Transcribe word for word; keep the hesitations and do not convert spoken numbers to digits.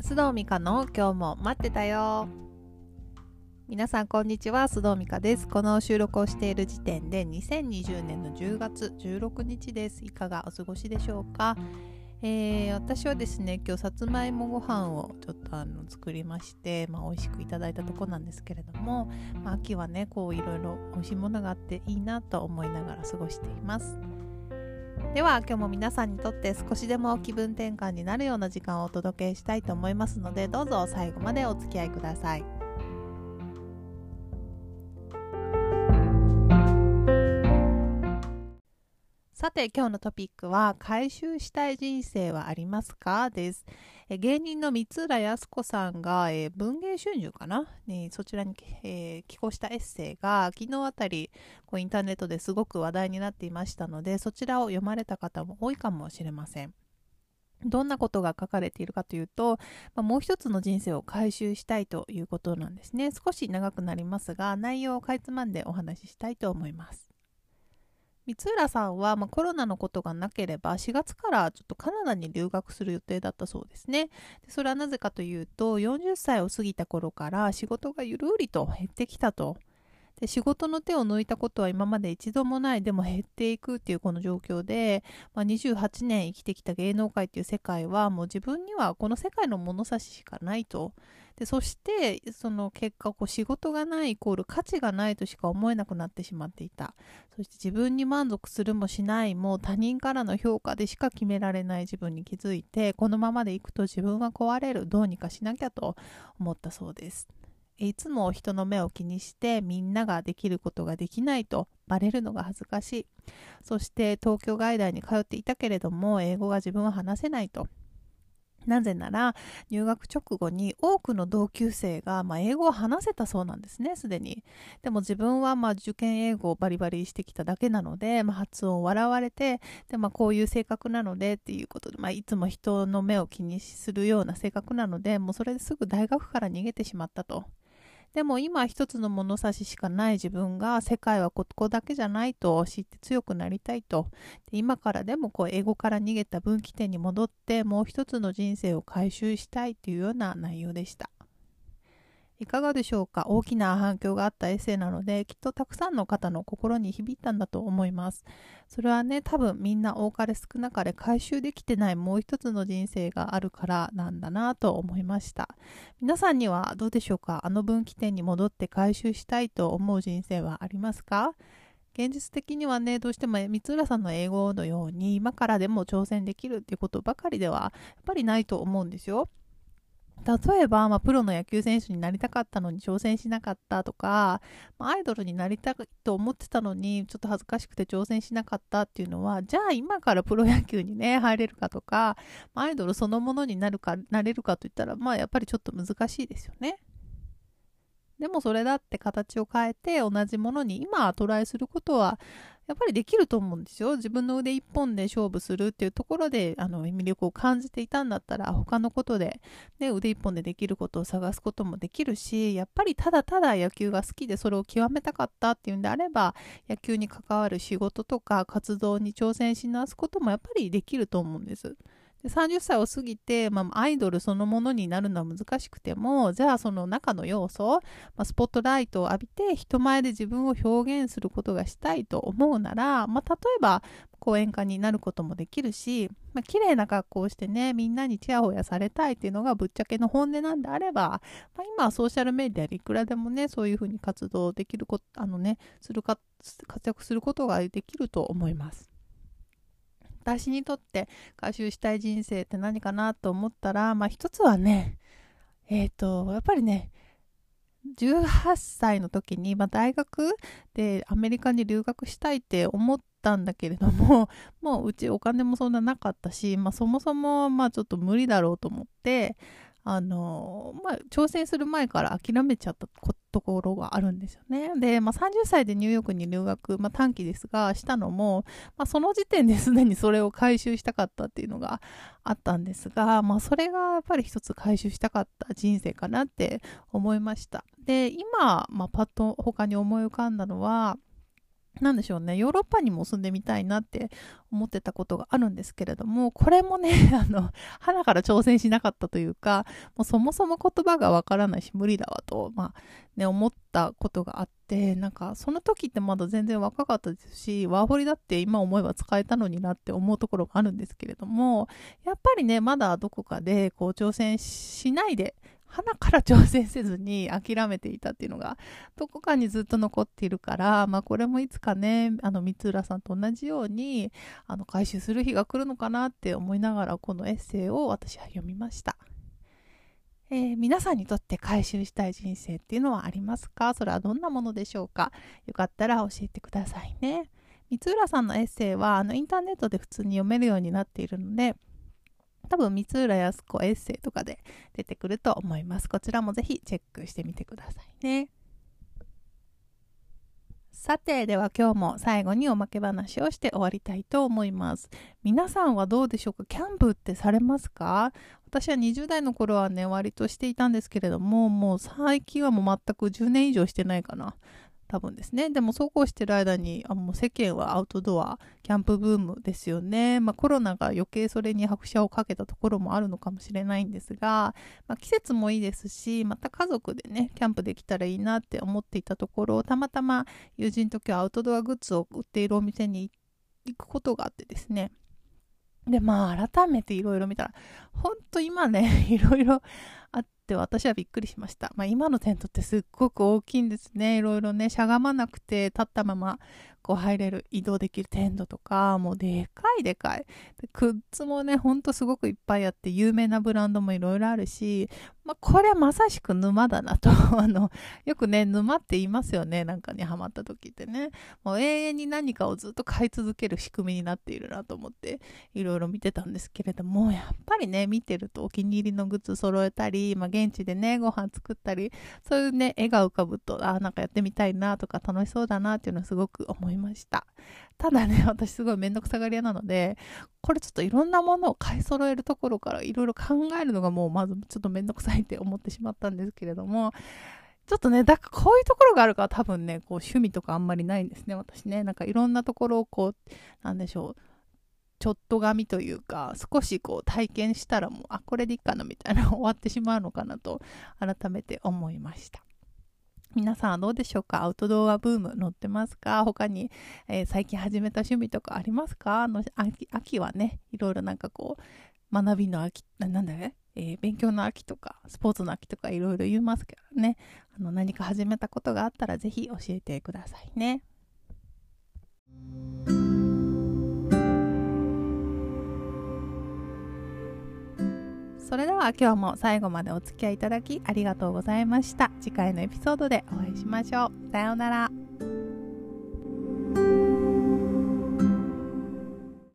須藤美香の今日も待ってたよ。皆さんこんにちは、須藤美香です。この収録をしている時点でにせんにじゅうねんのじゅうがつじゅうろくにちです。いかがお過ごしでしょうか。えー、私はですね、今日さつまいもご飯をちょっとあの作りまして、まあ、美味しくいただいたところなんですけれども、まあ、秋はねこういろいろ美味しいものがあっていいなと思いながら過ごしています。では今日も皆さんにとって少しでも気分転換になるような時間をお届けしたいと思いますので、どうぞ最後までお付き合いください。さて今日のトピックは、回収したい人生はありますかです。え芸人の三浦靖子さんが、えー、文藝春秋かな、ね、そちらに、えー寄稿したエッセイが昨日あたりこうインターネットですごく話題になっていましたので、そちらを読まれた方も多いかもしれません。どんなことが書かれているかというと、まあ、もう一つの人生を回収したいということなんですね。少し長くなりますが、内容をかいつまんでお話ししたいと思います。三浦さんは、まあ、コロナのことがなければしがつからちょっとカナダに留学する予定だったそうですね。でそれはなぜかというと、よんじゅっさいを過ぎた頃から仕事がゆるりと減ってきたと。で仕事の手を抜いたことは今まで一度もない、でも減っていくっていうこの状況で、まあ、にじゅうはちねん生きてきた芸能界っていう世界はもう自分にはこの世界の物差ししかないと。でそしてその結果、こう仕事がないイコール価値がないとしか思えなくなってしまっていた。そして自分に満足するもしないも他人からの評価でしか決められない自分に気づいて、このままでいくと自分は壊れる、どうにかしなきゃと思ったそうです。いつも人の目を気にしてみんなができることができないとバレるのが恥ずかしい。そして東京外大に通っていたけれども英語が自分は話せないと。なぜなら入学直後に多くの同級生が、まあ、英語を話せたそうなんですね、すでに。でも自分はまあ受験英語をバリバリしてきただけなので、まあ、発音を笑われて、で、まあ、こういう性格なのでっていうことで、まあ、いつも人の目を気にするような性格なので、もうそれですぐ大学から逃げてしまったと。でも今一つの物差ししかない自分が、世界はここだけじゃないと知って強くなりたいと。で今からでもこう英語から逃げた分岐点に戻ってもう一つの人生を回収したいというような内容でした。いかがでしょうか。大きな反響があったエッセイなので、きっとたくさんの方の心に響いたんだと思います。それはね、多分みんな多かれ少なかれ回収できてないもう一つの人生があるからなんだなと思いました。皆さんにはどうでしょうか。あの分岐点に戻って回収したいと思う人生はありますか。現実的にはね、どうしても三浦さんの英語のように今からでも挑戦できるっていうことばかりではやっぱりないと思うんですよ。例えば、まあ、プロの野球選手になりたかったのに挑戦しなかったとか、まあ、アイドルになりたいと思ってたのにちょっと恥ずかしくて挑戦しなかったっていうのは、じゃあ今からプロ野球にね入れるかとか、アイドルそのものになるかなれるかといったら、まあやっぱりちょっと難しいですよね。でもそれだって形を変えて同じものに今トライすることはやっぱりできると思うんですよ。自分の腕一本で勝負するっていうところであの魅力を感じていたんだったら、他のことで、ね、腕一本でできることを探すこともできるし、やっぱりただただ野球が好きでそれを極めたかったっていうんであれば、野球に関わる仕事とか活動に挑戦し直すこともやっぱりできると思うんです。でさんじゅっさいを過ぎて、まあ、アイドルそのものになるのは難しくても、じゃあその中の要素、まあ、スポットライトを浴びて人前で自分を表現することがしたいと思うなら、まあ、例えば講演家になることもできるし、まあ、綺麗な格好をしてね、みんなにチヤホヤされたいっていうのがぶっちゃけの本音なんであれば、まあ、今はソーシャルメディアでいくらでもね、そういうふうに活動できること、あのね、するか、活躍することができると思います。私にとって回収したい人生って何かなと思ったら、まあ一つはね、えっと、やっぱりね、じゅうはっさいの時に、まあ、大学でアメリカに留学したいって思ったんだけれども、もううちお金もそんななかったし、まあ、そもそもまあちょっと無理だろうと思って、あのまあ、挑戦する前から諦めちゃったところがあるんですよね。で、まあ、さんじゅっさいでニューヨークに留学、まあ、短期ですがしたのも、まあ、その時点ですでにそれを回収したかったっていうのがあったんですが、まあ、それがやっぱり一つ回収したかった人生かなって思いました。で、今、まあ、パッと他に思い浮かんだのは、 なんでしょうね、ヨーロッパにも住んでみたいなって思ってたことがあるんですけれども、これもね、あの、花から挑戦しなかったというか、もうそもそも言葉がわからないし無理だわと、まあね、思ったことがあって、なんかその時ってまだ全然若かったですし、ワーホリだって今思えば使えたのになって思うところがあるんですけれども、やっぱりね、まだどこかでこう挑戦しないで、花から挑戦せずに諦めていたっていうのがどこかにずっと残っているから、まあ、これもいつかね、あの三浦さんと同じようにあの回収する日が来るのかなって思いながら、このエッセイを私は読みました。えー、皆さんにとって回収したい人生っていうのはありますか？それはどんなものでしょうか？よかったら教えてくださいね。三浦さんのエッセイはあのインターネットで普通に読めるようになっているので、多分三浦靖子エッセイとかで出てくると思います。こちらもぜひチェックしてみてくださいね。さて、では今日も最後におまけ話をして終わりたいと思います。皆さんはどうでしょうか？キャンプってされますか？私はにじゅう代の頃はね、割としていたんですけれども、もう最近はもう全くじゅうねん以上してないかな。多分ですね。でもそうこうしてる間に、あ、もう世間はアウトドア、キャンプブームですよね。まあコロナが余計それに拍車をかけたところもあるのかもしれないんですが、まあ、季節もいいですし、また家族でね、キャンプできたらいいなって思っていたところ、たまたま友人と今日アウトドアグッズを売っているお店に行くことがあってですね。で、まあ改めていろいろ見たら、ほんと今ね、いろいろあって私はびっくりしました。まあ今のテントってすっごく大きいんですね。いろいろね、しゃがまなくて立ったままこう入れる、移動できるテントとか、もうでかいでかい。でグッズもね、ほんとすごくいっぱいあって、有名なブランドもいろいろあるし、まあこれはまさしく沼だなと。あの、よくね、沼って言いますよね。なんかにハマった時ってね。もう永遠に何かをずっと買い続ける仕組みになっているなと思って、いろいろ見てたんですけれども、やっぱりね、見てるとお気に入りのグッズ揃えたり、まあ、現地でね、ご飯作ったり、そういうね、絵が浮かぶと、あ、なんかやってみたいなとか楽しそうだなっていうのはすごく思いました。ただね、私すごいめんどくさがり屋なので、これちょっといろんなものを買い揃えるところからいろいろ考えるのがもうまずちょっとめんどくさいって思ってしまったんですけれども、ちょっとね、だからこういうところがあるから多分ね、こう趣味とかあんまりないんですね、私ね。なんかいろんなところをこう、なんでしょう、ちょっと髪というか、少しこう体験したらもう、あ、これでいいかなみたいな終わってしまうのかなと改めて思いました。皆さんはどうでしょうか？アウトドアブーム乗ってますか？他に、えー最近始めた趣味とかありますか？あの秋、秋はね、いろいろなんかこう、学びの秋、ななんだね、えー勉強の秋とか、スポーツの秋とかいろいろ言いますけどね。あの何か始めたことがあったらぜひ教えてくださいね。それでは今日も最後までお付き合いいただきありがとうございました。次回のエピソードでお会いしましょう。さようなら。